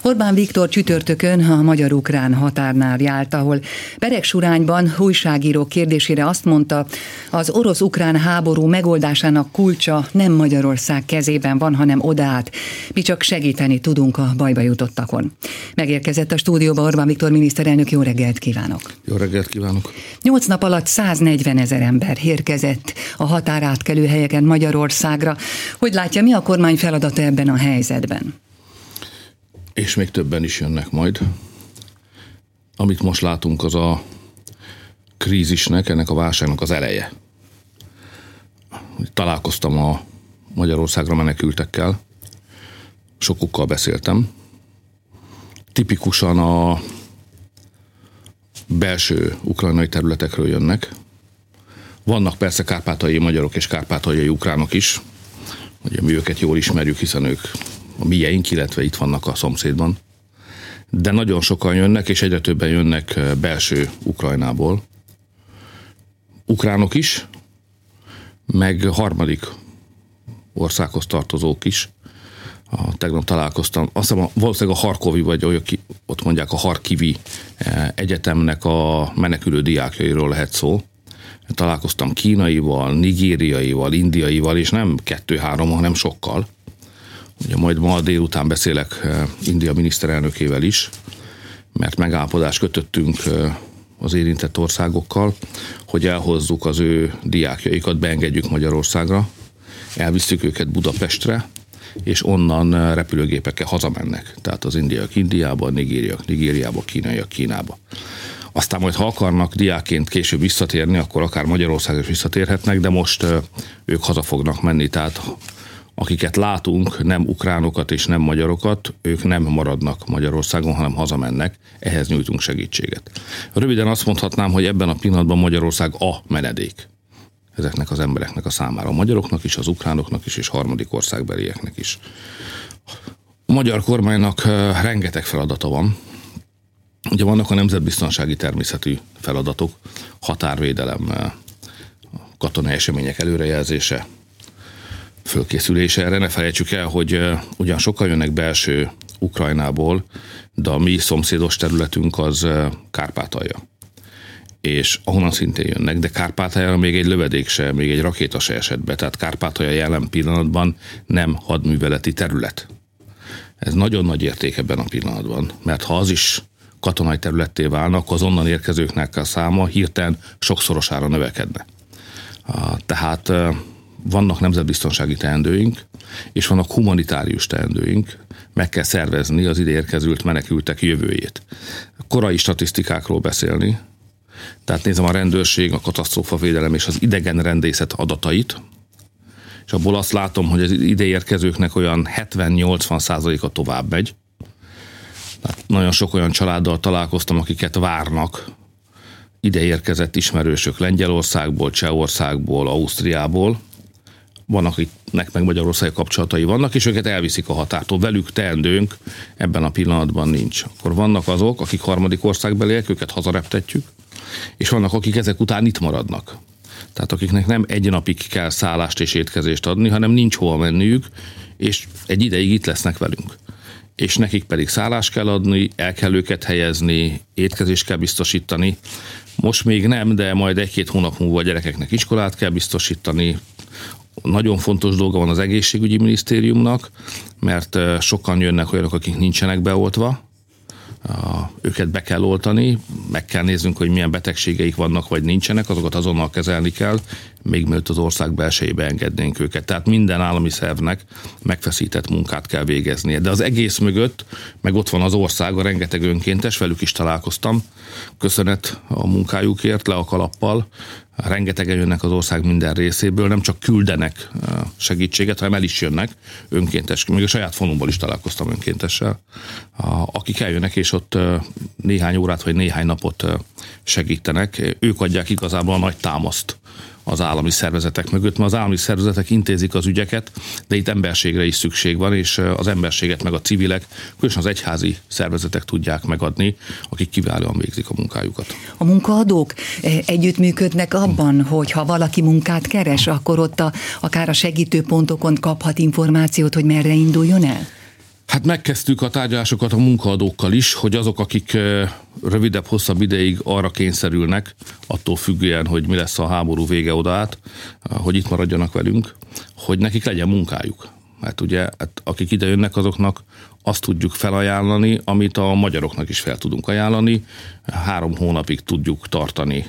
Orbán Viktor csütörtökön a magyar-ukrán határnál járt, ahol Beregsurányban újságírók kérdésére azt mondta, az orosz-ukrán háború megoldásának kulcsa nem Magyarország kezében van, hanem odaát. Mi csak segíteni tudunk a bajba jutottakon. Megérkezett a stúdióba Orbán Viktor miniszterelnök, jó reggelt kívánok! Jó reggelt kívánok! 8 nap alatt 140 000 ember érkezett a határátkelő helyeken Magyarországra. Hogy látja, mi a kormány feladata ebben a helyzetben? És még többen is jönnek majd. Amit most látunk, az a krízisnek, ennek a válságnak az eleje. Találkoztam a Magyarországra menekültekkel, sokukkal beszéltem. Tipikusan a belső ukrajnai területekről jönnek. Vannak persze kárpátaljai magyarok és kárpátaljai ukránok is. Ugye mi őket jól ismerjük, hiszen ők a mieink, illetve itt vannak a szomszédban. De nagyon sokan jönnek, és egyre többen jönnek belső Ukrajnából. Ukránok is, meg harmadik országhoz tartozók is. Tegnap találkoztam, azt hiszem valószínűleg a Harkovi, vagy ott mondják a Harkivi egyetemnek a menekülő diákjairól lehet szó. Találkoztam kínaival, nigériaival, indiaival, és nem 2-3, hanem sokkal. Ugye majd ma délután beszélek India miniszterelnökével is, mert megállapodást kötöttünk az érintett országokkal, hogy elhozzuk az ő diákjaikat, beengedjük Magyarországra, elviszük őket Budapestre, és onnan repülőgépekkel hazamennek. Tehát az indiaiak Indiába, a nigériak Nigériába, a kínaiak Kínába. Aztán majd, ha akarnak diákként később visszatérni, akkor akár Magyarországra is visszatérhetnek, de most ők haza fognak menni. Tehát akiket látunk, nem ukránokat és nem magyarokat, ők nem maradnak Magyarországon, hanem hazamennek, ehhez nyújtunk segítséget. Röviden azt mondhatnám, hogy ebben a pillanatban Magyarország a menedék ezeknek az embereknek a számára. A magyaroknak is, az ukránoknak is, és harmadik országbelieknek is. A magyar kormánynak rengeteg feladata van. Ugye vannak a nemzetbiztonsági természetű feladatok, határvédelem, katonai események előrejelzése, fölkészülése. Erre ne felejtsük el, hogy ugyan sokan jönnek belső Ukrajnából, de a mi szomszédos területünk az Kárpátalja. És ahonnan szintén jönnek, de Kárpátaljára még egy lövedék se, még egy rakéta se esett be, tehát Kárpátalja jelen pillanatban nem hadműveleti terület. Ez nagyon nagy érték ebben a pillanatban, mert ha az is katonai területté válnak, az onnan érkezőknek a száma hirtelen sokszorosára növekedne. Tehát vannak nemzetbiztonsági teendőink, és vannak humanitárius teendőink, meg kell szervezni az ide érkezült menekültek jövőjét. Korai statisztikákról beszélni, tehát nézem a rendőrség, a katasztrófavédelem és az idegenrendészet adatait, és abból azt látom, hogy az ide érkezőknek olyan 70-80%-a tovább megy. Tehát nagyon sok olyan családdal találkoztam, akiket várnak ide érkezett ismerősök Lengyelországból, Csehországból, Ausztriából. Vannak, akiknek meg Magyarországi kapcsolatai vannak, és őket elviszik a határtól. Velük teendőnk ebben a pillanatban nincs. Akkor vannak azok, akik harmadik országbeliek, őket hazareptetjük, és vannak, akik ezek után itt maradnak. Tehát akiknek nem egy napig kell szállást és étkezést adni, hanem nincs hova menniük, és egy ideig itt lesznek velünk. És nekik pedig szállást kell adni, el kell őket helyezni, étkezést kell biztosítani. Most még nem, de majd 1-2 hónap múlva a gyerekeknek iskolát kell biztosítani. Nagyon fontos dolga van az egészségügyi minisztériumnak, mert sokan jönnek olyanok, akik nincsenek beoltva. Őket be kell oltani, meg kell néznünk, hogy milyen betegségeik vannak, vagy nincsenek, azokat azonnal kezelni kell, még mielőtt az ország belsejébe engednénk őket. Tehát minden állami szervnek megfeszített munkát kell végeznie. De az egész mögött, meg ott van az ország, a rengeteg önkéntes, velük is találkoztam. Köszönet a munkájukért, le a kalappal. Rengetegen jönnek az ország minden részéből, nem csak küldenek segítséget, hanem el is jönnek önkéntes. Még a saját falunkból is találkoztam önkéntessel, akik eljönnek, és ott néhány órát vagy néhány napot segítenek. Ők adják igazából a nagy támaszt az állami szervezetek mögött, mert az állami szervezetek intézik az ügyeket, de itt emberségre is szükség van, és az emberséget meg a civilek, különösen az egyházi szervezetek tudják megadni, akik kiválóan végzik a munkájukat. A munkaadók együttműködnek abban, hogy ha valaki munkát keres, akkor ott akár a segítőpontokon kaphat információt, hogy merre induljon el? Hát megkezdtük a tárgyalásokat a munkaadókkal is, hogy azok, akik rövidebb, hosszabb ideig arra kényszerülnek, attól függően, hogy mi lesz a háború vége oda át, hogy itt maradjanak velünk, hogy nekik legyen munkájuk. Mert ugye, akik ide jönnek, azoknak azt tudjuk felajánlani, amit a magyaroknak is fel tudunk ajánlani. 3 hónapig tudjuk tartani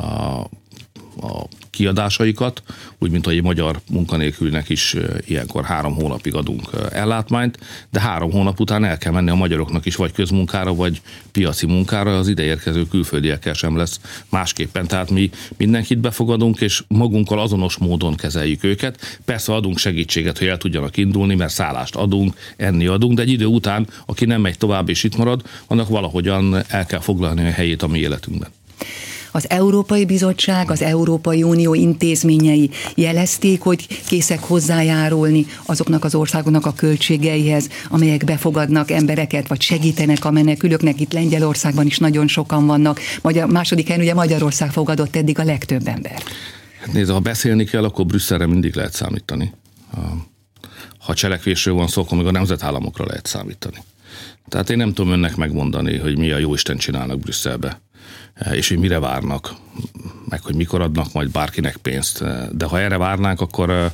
a kiadásaikat, úgy, mint hogy egy magyar munkanélkülnek is ilyenkor 3 hónapig adunk ellátmányt, de 3 hónap után el kell menni a magyaroknak is, vagy közmunkára, vagy piaci munkára, az ideérkező külföldiekkel sem lesz másképpen. Tehát mi mindenkit befogadunk, és magunkkal azonos módon kezeljük őket. Persze adunk segítséget, hogy el tudjanak indulni, mert szállást adunk, enni adunk, de egy idő után, aki nem megy tovább és itt marad, annak valahogyan el kell foglalni a helyét a mi életünkben. Az Európai Bizottság, az Európai Unió intézményei jelezték, hogy készek hozzájárulni azoknak az országoknak a költségeihez, amelyek befogadnak embereket, vagy segítenek a menekülőknek. Itt Lengyelországban is nagyon sokan vannak. Második helyen ugye Magyarország fogadott eddig a legtöbb ember. Hát nézd, ha beszélni kell, akkor Brüsszelre mindig lehet számítani. Ha cselekvésről van szó, akkor még a nemzetállamokra lehet számítani. Tehát én nem tudom önnek megmondani, hogy mi a jóisten csinálnak Brüsszelbe, és hogy mire várnak, meg hogy mikor adnak majd bárkinek pénzt. De ha erre várnánk, akkor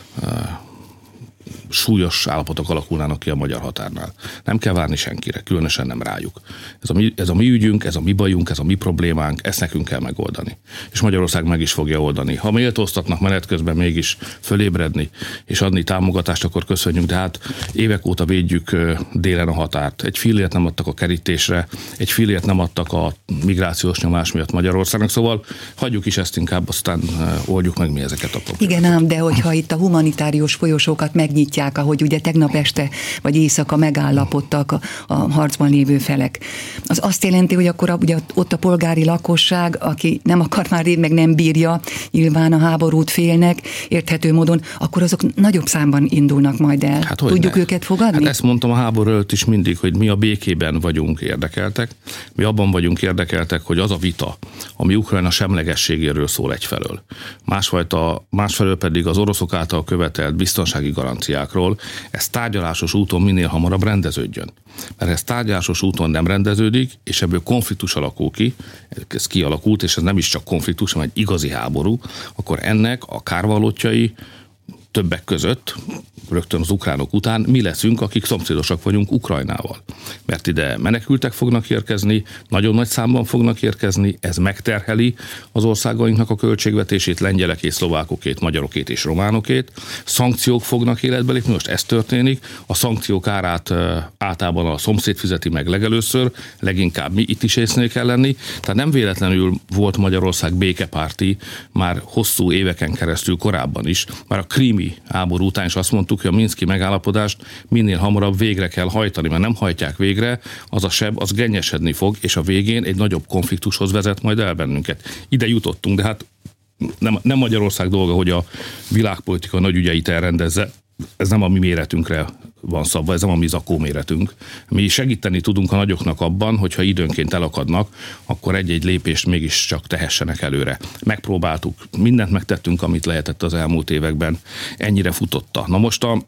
súlyos állapotok alakulnának ki a magyar határnál. Nem kell várni senkire, különösen nem rájuk. Ez a mi ügyünk, ez a mi bajunk, ez a mi problémánk, ezt nekünk kell megoldani. És Magyarország meg is fogja oldani. Ha méltóztatnak menet közben mégis fölébredni és adni támogatást, akkor köszönjük, de hát évek óta védjük délen a határt. Egy fillért nem adtak a kerítésre, egy fillért nem adtak a migrációs nyomás miatt Magyarországnak, szóval hagyjuk is ezt inkább, aztán oldjuk meg mi ezeket a problémákat. Igen ám, de hogyha itt a humanitárius folyosókat megnyitják, ahogy ugye tegnap este vagy éjszaka megállapodtak a harcban lévő felek. Az azt jelenti, hogy akkor ugye ott a polgári lakosság, aki nem akar már meg nem bírja, nyilván a háborút félnek, érthető módon, akkor azok nagyobb számban indulnak majd el. Hát tudjuk őket fogadni? Hát ezt mondtam a háború előtt is mindig, hogy mi a békében vagyunk érdekeltek. Mi abban vagyunk érdekeltek, hogy az a vita, ami Ukrajna semlegességéről szól egyfelől. Másfelől pedig az oroszok által követelt biztonsági garanciákról, ez tárgyalásos úton minél hamarabb rendeződjön. Mert ez tárgyalásos úton nem rendeződik, és ebből konfliktus alakul ki, ez kialakult, és ez nem is csak konfliktus, hanem egy igazi háború, akkor ennek a kárvallottjai többek között, rögtön az ukránok után, mi leszünk, akik szomszédosak vagyunk Ukrajnával. Mert ide menekültek fognak érkezni, nagyon nagy számban fognak érkezni, ez megterheli az országainknak a költségvetését, lengyelekét, szlovákokét, magyarokét és románokét. Szankciók fognak életbe lépni, most ez történik. A szankciók árát általában a szomszéd fizeti meg legelőször, leginkább mi itt is észnél kell lenni. Tehát nem véletlenül volt Magyarország békepárti már hosszú éveken keresztül korábban is, már a krími háború után is azt mondtuk, hogy a minszki megállapodást minél hamarabb végre kell hajtani, mert nem hajtják végre, az a seb, az gennyesedni fog, és a végén egy nagyobb konfliktushoz vezet majd el bennünket. Ide jutottunk, de hát nem Magyarország dolga, hogy a világpolitika nagy ügyeit elrendezze. Ez nem a mi méretünkre van szabva, ez nem a mi zakó méretünk. Mi segíteni tudunk a nagyoknak abban, hogyha időnként elakadnak, akkor egy-egy lépést mégiscsak tehessenek előre. Megpróbáltuk, mindent megtettünk, amit lehetett az elmúlt években, ennyire futotta. Na most a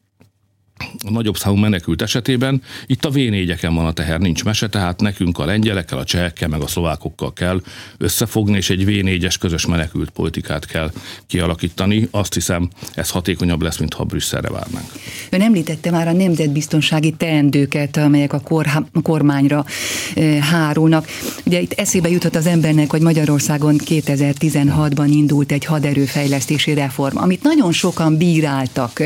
nagyobb számú menekült esetében itt a V4-eken van a teher, nincs mese, tehát nekünk a lengyelekkel, a csehekkel, meg a szlovákokkal kell összefogni, és egy V4-es közös menekült politikát kell kialakítani. Azt hiszem, ez hatékonyabb lesz, mintha Brüsszelre várnánk. Ön említette már a nemzetbiztonsági teendőket, amelyek a kormányra hárulnak. Ugye itt eszébe juthat az embernek, hogy Magyarországon 2016-ban indult egy haderőfejlesztési reform, amit nagyon sokan bíráltak,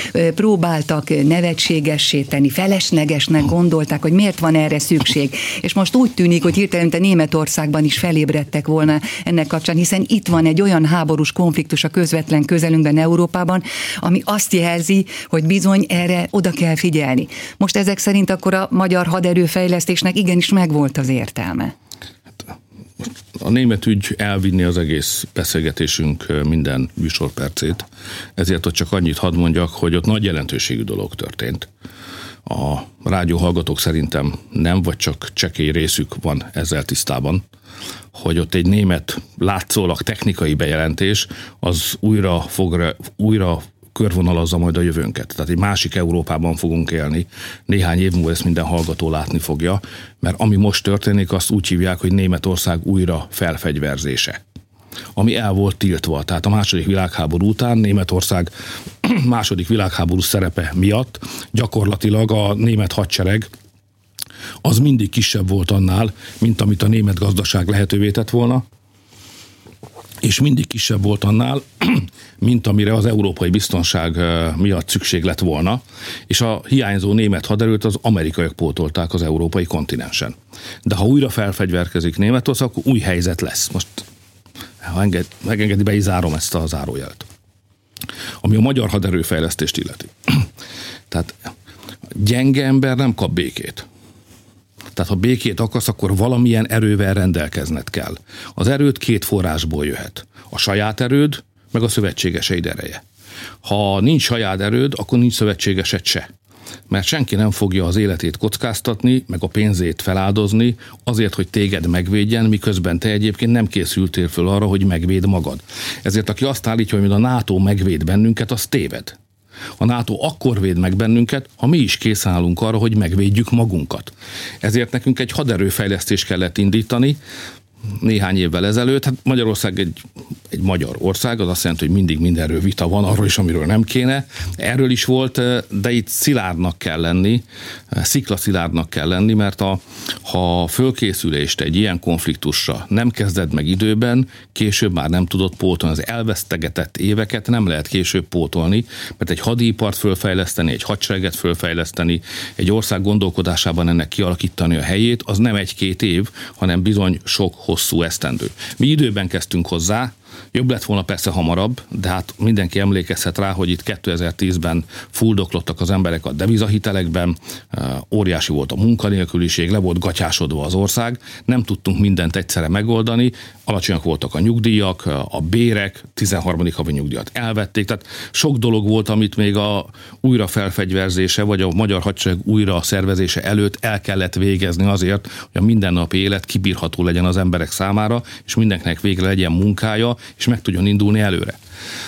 próbáltak nevetségessé tenni, feleslegesnek gondolták, hogy miért van erre szükség. És most úgy tűnik, hogy hirtelen Németországban is felébredtek volna ennek kapcsán, hiszen itt van egy olyan háborús konfliktus a közvetlen közelünkben, Európában, ami azt jelzi, hogy bizony erre oda kell figyelni. Most ezek szerint akkor a magyar haderőfejlesztésnek igenis megvolt az értelme. A német ügy elvinni az egész beszélgetésünk minden műsorpercét, ezért ott csak annyit hadd mondjak, hogy ott nagy jelentőségű dolog történt. A rádióhallgatók szerintem nem, vagy csak csekély részük van ezzel tisztában, hogy ott egy német látszólag technikai bejelentés, az újra körvonalazza majd a jövőnket. Tehát egy másik Európában fogunk élni. Néhány év múlva ezt minden hallgató látni fogja, mert ami most történik, azt úgy hívják, hogy Németország újra felfegyverzése, ami el volt tiltva. Tehát a második világháború után Németország második világháború szerepe miatt gyakorlatilag a német hadsereg az mindig kisebb volt annál, mint amit a német gazdaság lehetővé tett volna, és mindig kisebb volt annál, mint amire az európai biztonság miatt szükség lett volna, és a hiányzó német haderőt az amerikaiak pótolták az európai kontinensen. De ha újra felfegyverkezik Németország, akkor új helyzet lesz. Most, ha megengedi, be is zárom ezt a zárójelet. Ami a magyar haderőfejlesztést illeti. Tehát gyenge ember nem kap békét. Tehát ha békét akarsz, akkor valamilyen erővel rendelkezned kell. Az erőd két forrásból jöhet. A saját erőd, meg a szövetségeseid ereje. Ha nincs saját erőd, akkor nincs szövetségesed se. Mert senki nem fogja az életét kockáztatni, meg a pénzét feláldozni azért, hogy téged megvédjen, miközben te egyébként nem készültél föl arra, hogy megvéd magad. Ezért aki azt állítja, hogy a NATO megvéd bennünket, az téved. A NATO akkor véd meg bennünket, ha mi is készen állunk arra, hogy megvédjük magunkat. Ezért nekünk egy haderőfejlesztést kellett indítani néhány évvel ezelőtt. Hát Magyarország egy magyar ország, az azt jelenti, hogy mindig mindenről vita van, arról is, amiről nem kéne. Erről is volt, de itt szilárdnak kell lenni, sziklaszilárdnak kell lenni, mert ha fölkészülést egy ilyen konfliktusra nem kezded meg időben, később már nem tudod pótolni. Az elvesztegetett éveket nem lehet később pótolni, mert egy hadipart fölfejleszteni, egy hadsereget fölfejleszteni, egy ország gondolkodásában ennek kialakítani a helyét, az nem 1-2 év, hanem bizony sok hosszú esztendő. Mi időben kezdtünk hozzá, jobb lett volna persze hamarabb, de hát mindenki emlékezhet rá, hogy itt 2010-ben fuldoklottak az emberek a devizahitelekben, óriási volt a munkanélküliség, le volt gatyásodva az ország, nem tudtunk mindent egyszerre megoldani, alacsonyak voltak a nyugdíjak, a bérek, 13. havi nyugdíjat elvették, tehát sok dolog volt, amit még a újra felfegyverzése, vagy a magyar hadsereg újra szervezése előtt el kellett végezni azért, hogy a mindennapi élet kibírható legyen az emberek számára, és mindenkinek végre legyen munkája, és meg tudjon indulni előre.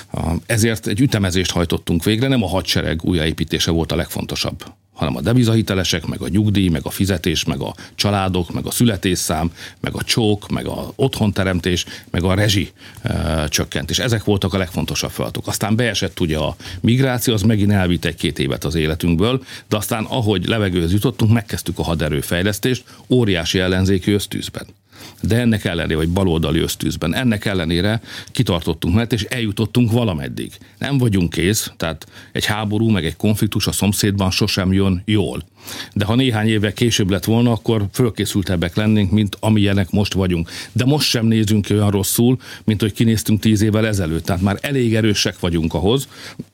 Ezért egy ütemezést hajtottunk végre, nem a hadsereg újjáépítése volt a legfontosabb, hanem a devizahitelesek, meg a nyugdíj, meg a fizetés, meg a családok, meg a születésszám, meg a csók, meg az otthonteremtés, meg a rezsi csökkentés. Ezek voltak a legfontosabb feladatok. Aztán beesett ugye a migráció, az megint elvitt 1-2 évet az életünkből, de aztán ahogy levegőhöz jutottunk, megkezdtük a haderőfejlesztést óriási ellenzéki ösztűzben. De ennek ellenére, vagy baloldali ösztűzben, ennek ellenére kitartottunk mellett, és eljutottunk valameddig. Nem vagyunk kész, tehát egy háború, meg egy konfliktus a szomszédban sosem jön jól. De ha néhány évvel később lett volna, akkor fölkészültebbek lennénk, mint amilyenek most vagyunk. De most sem nézünk ki olyan rosszul, mint hogy kinéztünk 10 évvel ezelőtt. Tehát már elég erősek vagyunk ahhoz,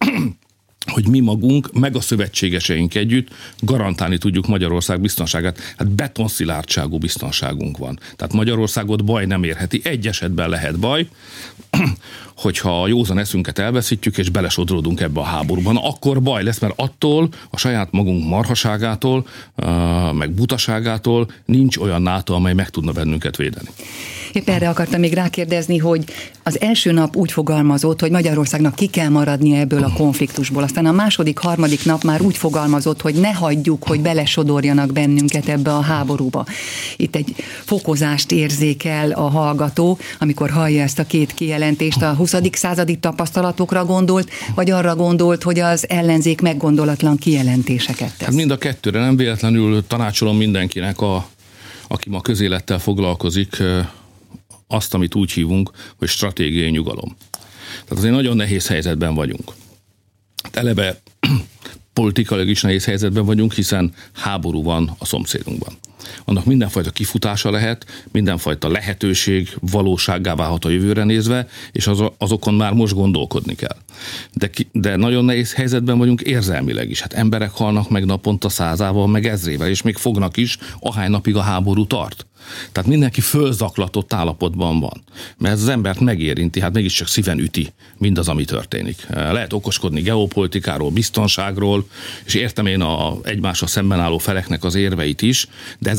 hogy mi magunk, meg a szövetségeseink együtt garantálni tudjuk Magyarország biztonságát. Hát betonszilárdságú biztonságunk van. Tehát Magyarországot baj nem érheti. Egy esetben lehet baj, hogyha a józan eszünket elveszítjük, és belesodródunk ebbe a háborúban, akkor baj lesz, mert attól a saját magunk marhaságától, meg butaságától nincs olyan NATO, amely meg tudna bennünket védeni. Épp erre akartam még rákérdezni, hogy az első nap úgy fogalmazott, hogy Magyarországnak ki kell maradnia ebből a konfliktusból. Aztán a második, harmadik nap már úgy fogalmazott, hogy ne hagyjuk, hogy belesodorjanak bennünket ebbe a háborúba. Itt egy fokozást érzékel a hallgató, amikor hallja ezt a két kijelentést. A 20. századi tapasztalatokra gondolt, vagy arra gondolt, hogy az ellenzék meggondolatlan kijelentéseket tesz? Hát mind a kettőre. Nem véletlenül tanácsolom mindenkinek, aki ma közélettel foglalkozik, azt, amit úgy hívunk, hogy stratégiai nyugalom. Tehát azért nagyon nehéz helyzetben vagyunk. Eleve politikailag is nehéz helyzetben vagyunk, hiszen háború van a szomszédunkban. Annak mindenfajta kifutása lehet, mindenfajta lehetőség valósággá válhat a jövőre nézve, és azokon már most gondolkodni kell. De nagyon nehéz helyzetben vagyunk érzelmileg is. Hát emberek halnak meg naponta 100-ával, meg 1000-ével, és még fognak is, ahány napig a háború tart. Tehát mindenki fölzaklatott állapotban van. Mert ez az embert megérinti, hát mégiscsak szíven üti mindaz, ami történik. Lehet okoskodni geopolitikáról, biztonságról, és értem én egymással szemben álló feleknek az érveit is, de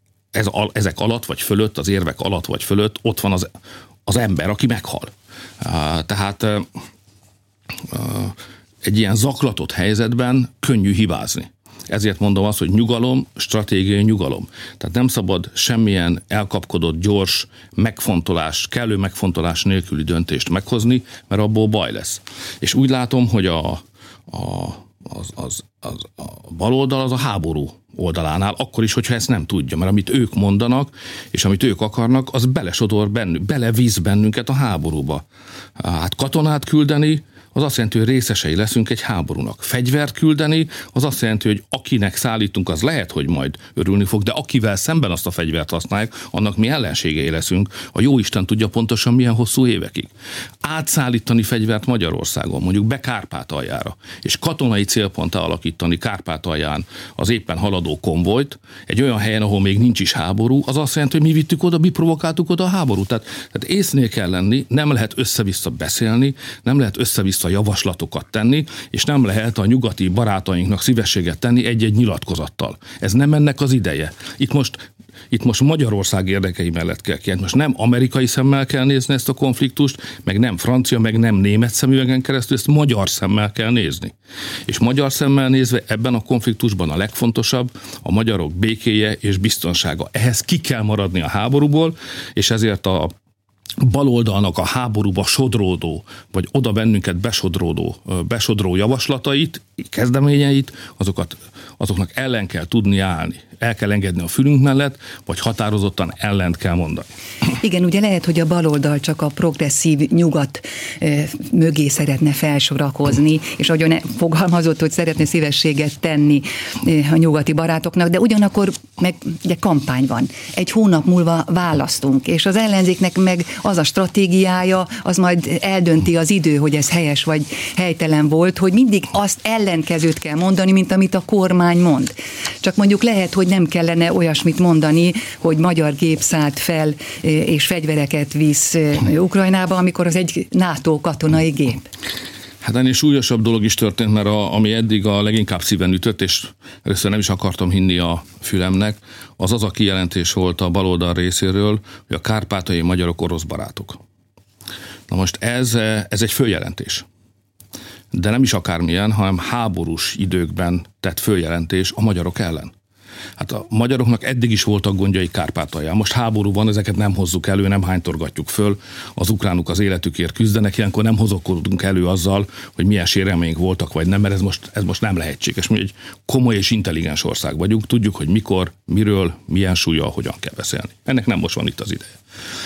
ezek alatt vagy fölött, az érvek alatt vagy fölött ott van az ember, aki meghal. Tehát egy ilyen zaklatott helyzetben könnyű hibázni. Ezért mondom azt, hogy nyugalom, stratégiai nyugalom. Tehát nem szabad semmilyen elkapkodott, gyors megfontolás, kellő megfontolás nélküli döntést meghozni, mert abból baj lesz. És úgy látom, hogy a baloldal az a háború oldalánál, akkor is, hogyha ezt nem tudja, mert amit ők mondanak, és amit ők akarnak, az belesodor belevíz bennünket a háborúba. Hát katonát küldeni, az azt jelenti, hogy részesei leszünk egy háborúnak. Fegyvert küldeni, az azt jelenti, hogy akinek szállítunk, az lehet, hogy majd örülni fog, de akivel szemben azt a fegyvert használják, annak mi ellenségei leszünk. A jóisten tudja pontosan milyen hosszú évekig. Átszállítani fegyvert Magyarországon, mondjuk be Kárpátaljára, és katonai célponttá alakítani Kárpátalján az éppen haladó konvojt, egy olyan helyen, ahol még nincs is háború, az azt jelenti, hogy mi vittük oda, mi provokáltuk oda a háborút. Tehát észnél kell lenni, nem lehet össze-vissza beszélni, nem lehet össze-vissza javaslatokat tenni, és nem lehet a nyugati barátainknak szívességet tenni egy-egy nyilatkozattal. Ez nem ennek az ideje. Itt most Magyarország érdekei mellett kell kiállni. Most nem amerikai szemmel kell nézni ezt a konfliktust, meg nem francia, meg nem német szemüvegen keresztül, ezt magyar szemmel kell nézni. És magyar szemmel nézve ebben a konfliktusban a legfontosabb a magyarok békéje és biztonsága. Ehhez ki kell maradni a háborúból, és ezért a baloldalnak a háborúba sodródó, vagy oda bennünket besodró javaslatait, kezdeményeit, azoknak ellen kell tudni állni. El kell engedni a fülünk mellett, vagy határozottan ellent kell mondani. Igen, ugye lehet, hogy a baloldal csak a progresszív nyugat mögé szeretne felsorakozni, és ahogyan fogalmazott, hogy szeretne szívességet tenni a nyugati barátoknak, de ugyanakkor meg ugye kampány van. Egy hónap múlva választunk, és az ellenzéknek meg az a stratégiája, az majd eldönti az idő, hogy ez helyes vagy helytelen volt, hogy mindig azt ellenkezőt kell mondani, mint amit a kormány mond. Csak mondjuk lehet, hogy nem kellene olyasmit mondani, hogy magyar gép szállt fel és fegyvereket visz Ukrajnába, amikor az egy NATO katonai gép. Hát ennél súlyosabb dolog is történt, mert ami eddig a leginkább szíven ütött, és először nem is akartam hinni a fülemnek, az a kijelentés volt a baloldal részéről, hogy a kárpátaljai magyarok orosz barátok. Na most ez egy följelentés. De nem is akármilyen, hanem háborús időkben tett följelentés a magyarok ellen. Hát a magyaroknak eddig is voltak gondjai Kárpátalján. Most háború van, ezeket nem hozzuk elő, nem hánytorgatjuk föl. Az ukránok az életükért küzdenek, ilyenkor nem hozokodunk elő azzal, hogy milyen sérelmeink voltak, vagy nem, mert ez most nem lehetséges. Mi egy komoly és intelligens ország vagyunk, tudjuk, hogy mikor, miről, milyen súllyal, hogyan kell beszélni. Ennek nem most van itt az ideje.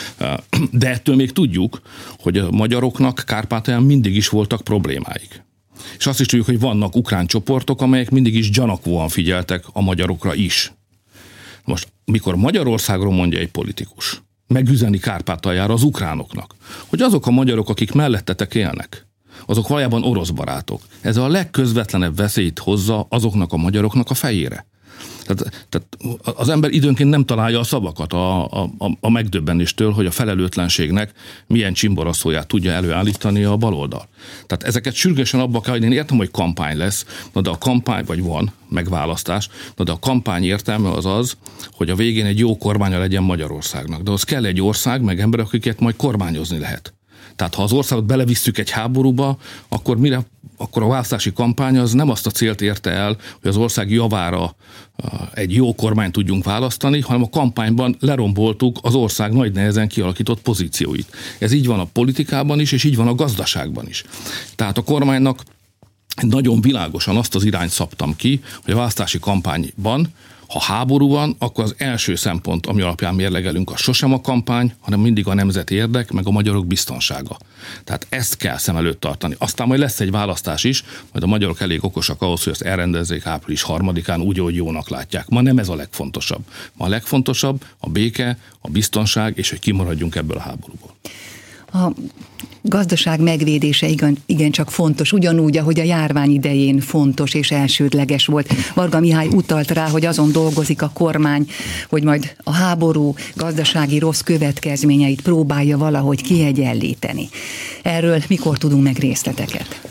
De ettől még tudjuk, hogy a magyaroknak Kárpátalján mindig is voltak problémáik. És azt is tudjuk, hogy vannak ukrán csoportok, amelyek mindig is gyanakvóan figyeltek a magyarokra is. Most, mikor Magyarországról mondja egy politikus, megüzeni Kárpátaljára az ukránoknak, hogy azok a magyarok, akik mellettetek élnek, azok valójában orosz barátok. Ez a legközvetlenebb veszélyt hozza azoknak a magyaroknak a fejére. Tehát az ember időnként nem találja a szavakat a megdöbbenéstől, hogy a felelőtlenségnek milyen csimboraszóját tudja előállítani a baloldal. Tehát ezeket sürgősen abba kell, hogy én értem, hogy kampány lesz, de a kampány, vagy van, megválasztás, de a kampány értelme az, hogy a végén egy jó kormánya legyen Magyarországnak. De az kell egy ország, meg emberek, akiket majd kormányozni lehet. Tehát ha az országot belevisszük egy háborúba, akkor a választási kampány az nem azt a célt érte el, hogy az ország javára egy jó kormányt tudjunk választani, hanem a kampányban leromboltuk az ország nagy nehezen kialakított pozícióit. Ez így van a politikában is, és így van a gazdaságban is. Tehát a kormánynak nagyon világosan azt az irányt szabtam ki, hogy a választási kampányban, ha háború van, akkor az első szempont, ami alapján mérlegelünk, az sosem a kampány, hanem mindig a nemzeti érdek, meg a magyarok biztonsága. Tehát ezt kell szem előtt tartani. Aztán majd lesz egy választás is, majd a magyarok elég okosak ahhoz, hogy ezt elrendezzék április 3-án úgy, ahogy jónak látják. Ma nem ez a legfontosabb. Ma a legfontosabb a béke, a biztonság, és hogy kimaradjunk ebből a háborúból. A gazdaság megvédése igencsak fontos, ugyanúgy, ahogy a járvány idején fontos és elsődleges volt. Varga Mihály utalt rá, hogy azon dolgozik a kormány, hogy majd a háború gazdasági rossz következményeit próbálja valahogy kiegyenlíteni. Erről mikor tudunk meg részleteket?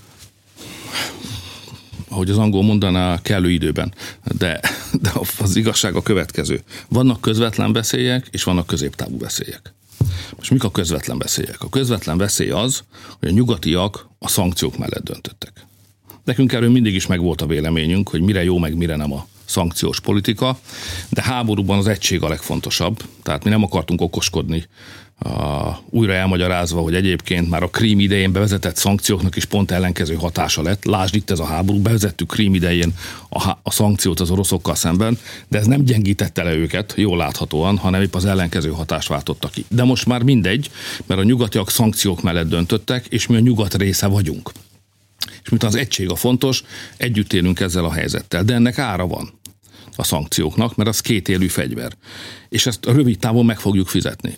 Ahogy az angol mondaná, kellő időben. De az igazság a következő. Vannak közvetlen veszélyek, és vannak középtávú veszélyek. Most mik a közvetlen veszélyek? A közvetlen veszély az, hogy a nyugatiak a szankciók mellett döntöttek. Nekünk erről mindig is megvolt a véleményünk, hogy mire jó, meg mire nem a szankciós politika, de háborúban az egység a legfontosabb. Tehát mi nem akartunk okoskodni, újra elmagyarázva, hogy egyébként már a Krím idején bevezetett szankcióknak is pont ellenkező hatása lett. Lásd, itt ez a háború, bevezettük Krím idején a szankciót az oroszokkal szemben, de ez nem gyengítette le őket, jól láthatóan, hanem épp az ellenkező hatást váltotta ki. De most már mindegy, mert a nyugatiak szankciók mellett döntöttek, és mi a nyugat része vagyunk. És miután az egység a fontos, együtt élünk ezzel a helyzettel, de ennek ára van a szankcióknak, mert az kétélű fegyver. És ezt rövid távon meg fogjuk fizetni.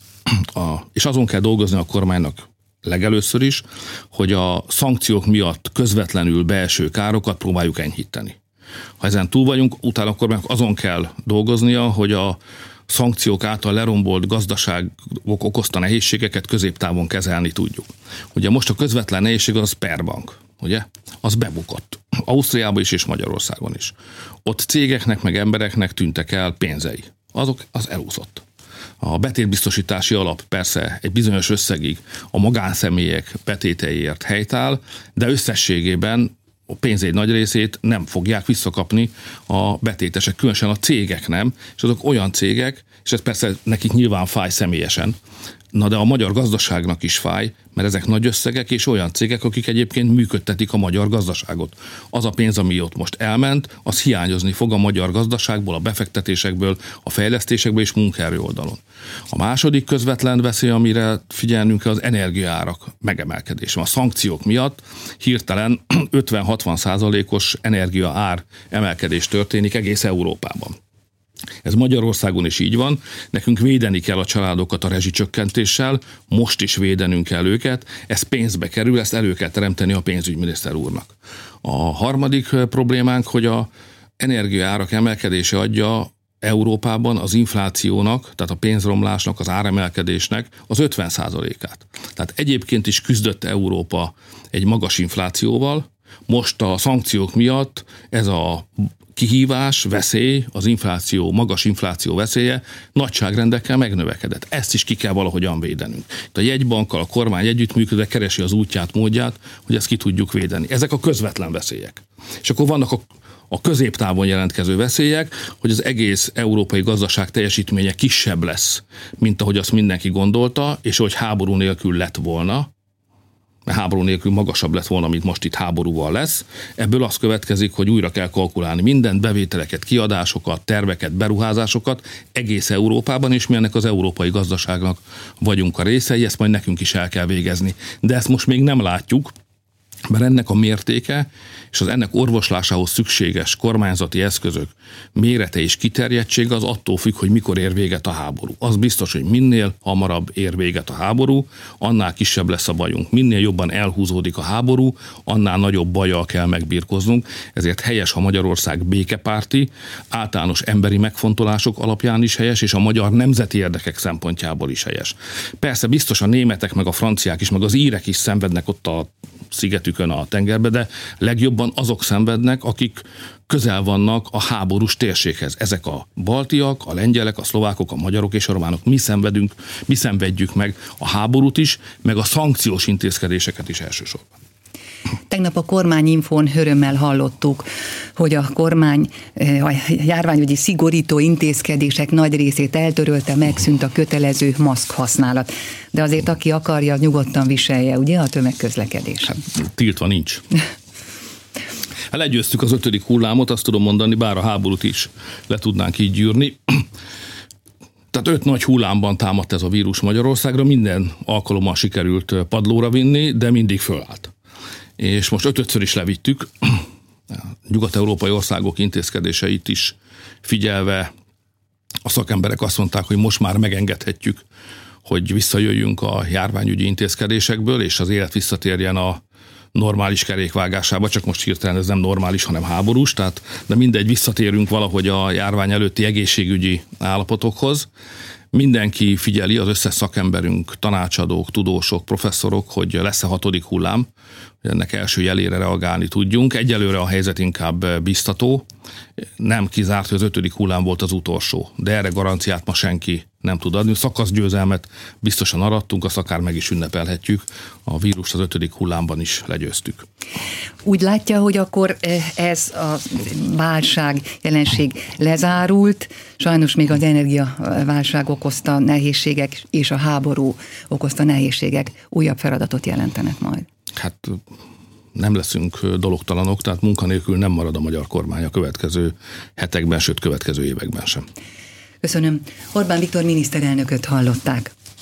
És azon kell dolgozni a kormánynak legelőször is, hogy a szankciók miatt közvetlenül beeső károkat próbáljuk enyhíteni. Ha ezen túl vagyunk, utána a kormánynak azon kell dolgoznia, hogy a szankciók által lerombolt gazdaságok okozta nehézségeket középtávon kezelni tudjuk. Ugye most a közvetlen nehézség az Sberbank, ugye? Az bebukott. Ausztriában is és Magyarországon is. Ott cégeknek meg embereknek tűntek el pénzei. Az elúszott. A betétbiztosítási alap persze egy bizonyos összegig a magánszemélyek betéteiért helytáll, de összességében a pénz egy nagy részét nem fogják visszakapni a betétesek, különösen a cégek nem, és azok olyan cégek, és ez persze nekik nyilván fáj személyesen, na de a magyar gazdaságnak is fáj, mert ezek nagy összegek és olyan cégek, akik egyébként működtetik a magyar gazdaságot. Az a pénz, ami ott most elment, az hiányozni fog a magyar gazdaságból, a befektetésekből, a fejlesztésekből és munkaerő oldalon. A második közvetlen veszély, amire figyelnünk kell, az energiaárak megemelkedése. A szankciók miatt hirtelen 50-60%-os energiaár emelkedés történik egész Európában. Ez Magyarországon is így van, nekünk védeni kell a családokat a rezsicsökkentéssel, most is védenünk kell őket, ez pénzbe kerül, ezt elő kell teremteni a pénzügyminiszter úrnak. A harmadik problémánk, hogy a energiaárak emelkedése adja Európában az inflációnak, tehát a pénzromlásnak, az áremelkedésnek az 50%-át. Tehát egyébként is küzdött Európa egy magas inflációval, most a szankciók miatt ez a kihívás, veszély, az infláció, magas infláció veszélye nagyságrendekkel megnövekedett. Ezt is ki kell valahogyan védenünk. Itt a jegybankkal a kormány együttműködve keresi az útját, módját, hogy ezt ki tudjuk védeni. Ezek a közvetlen veszélyek. És akkor vannak a középtávon jelentkező veszélyek, hogy az egész európai gazdaság teljesítménye kisebb lesz, mint ahogy azt mindenki gondolta, és hogy háború nélkül lett volna, mert háború nélkül magasabb lett volna, mint most itt háborúval lesz. Ebből az következik, hogy újra kell kalkulálni mindent, bevételeket, kiadásokat, terveket, beruházásokat egész Európában, és mi ennek az európai gazdaságnak vagyunk a részei, ezt majd nekünk is el kell végezni. De ezt most még nem látjuk, mert ennek a mértéke és az ennek orvoslásához szükséges kormányzati eszközök mérete és kiterjedtsége az attól függ, hogy mikor ér véget a háború. Az biztos, hogy minél hamarabb ér véget a háború, annál kisebb lesz a bajunk. Minél jobban elhúzódik a háború, annál nagyobb bajjal kell megbirkóznunk. Ezért helyes, ha Magyarország békepárti, általános emberi megfontolások alapján is helyes, és a magyar nemzeti érdekek szempontjából is helyes. Persze biztos a németek, meg a franciák is, meg az írek is szenvednek ott a szigetükön a tengerbe, de legjobban azok szenvednek, akik közel vannak a háborús térséghez. Ezek a baltiak, a lengyelek, a szlovákok, a magyarok és a románok. Mi szenvedjük meg a háborút is, meg a szankciós intézkedéseket is elsősorban. Tegnap a kormányinfón örömmel hallottuk, hogy a kormány a járványügyi szigorító intézkedések nagy részét eltörölte, megszűnt a kötelező maszk használat. De azért aki akarja, nyugodtan viselje, ugye, a tömegközlekedés. Hát, tiltva nincs. Legyőztük az 5. hullámot, azt tudom mondani, bár a háborút is le tudnánk így gyűrni. Tehát 5 nagy hullámban támadt ez a vírus Magyarországra, minden alkalommal sikerült padlóra vinni, de mindig fölállt. És most 5-ször is levittük, nyugat-európai országok intézkedéseit is figyelve, a szakemberek azt mondták, hogy most már megengedhetjük, hogy visszajöjjünk a járványügyi intézkedésekből, és az élet visszatérjen a normális kerékvágásába, csak most hirtelen ez nem normális, hanem háborús, de mindegy, visszatérünk valahogy a járvány előtti egészségügyi állapotokhoz. Mindenki figyeli, az összes szakemberünk, tanácsadók, tudósok, professzorok, hogy lesz-e 6. hullám, hogy ennek első jelére reagálni tudjunk. Egyelőre a helyzet inkább biztató. Nem kizárt, hogy az 5. hullám volt az utolsó, de erre garanciát ma senki nem tud adni. Szakaszgyőzelmet biztosan arattunk, azt akár meg is ünnepelhetjük. A vírust az 5. hullámban is legyőztük. Úgy látja, hogy akkor ez a válság jelenség lezárult, sajnos még az energiaválság okozta nehézségek és a háború okozta nehézségek újabb feladatot jelentenek majd. Hát nem leszünk dologtalanok, tehát munkanélkül nem marad a magyar kormány a következő hetekben, sőt következő években sem. Köszönöm. Orbán Viktor miniszterelnököt hallották.